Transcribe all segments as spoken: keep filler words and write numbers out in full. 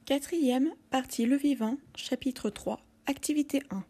Quatrième, partie Le Vivant, chapitre trois, activité un.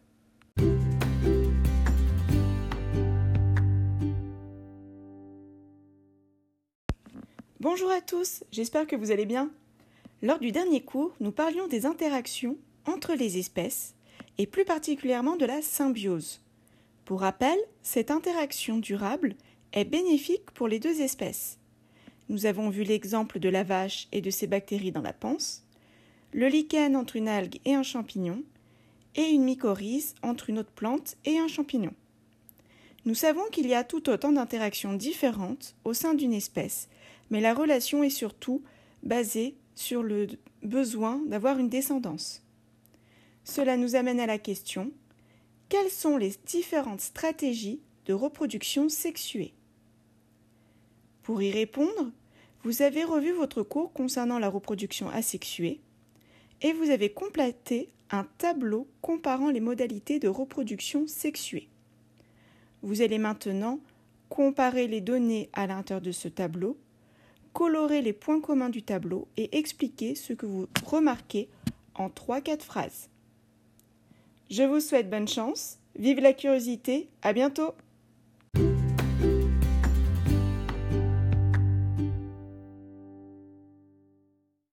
Bonjour à tous, j'espère que vous allez bien. Lors du dernier cours, nous parlions des interactions entre les espèces, et plus particulièrement de la symbiose. Pour rappel, cette interaction durable est bénéfique pour les deux espèces. Nous avons vu l'exemple de la vache et de ses bactéries dans la panse, le lichen entre une algue et un champignon, et une mycorhize entre une autre plante et un champignon. Nous savons qu'il y a tout autant d'interactions différentes au sein d'une espèce, mais la relation est surtout basée sur le besoin d'avoir une descendance. Cela nous amène à la question: quelles sont les différentes stratégies de reproduction sexuée? Pour y répondre, vous avez revu votre cours concernant la reproduction asexuée et vous avez complété un tableau comparant les modalités de reproduction sexuée. Vous allez maintenant comparer les données à l'intérieur de ce tableau, colorer les points communs du tableau et expliquer ce que vous remarquez en trois à quatre phrases. Je vous souhaite bonne chance, vive la curiosité, à bientôt!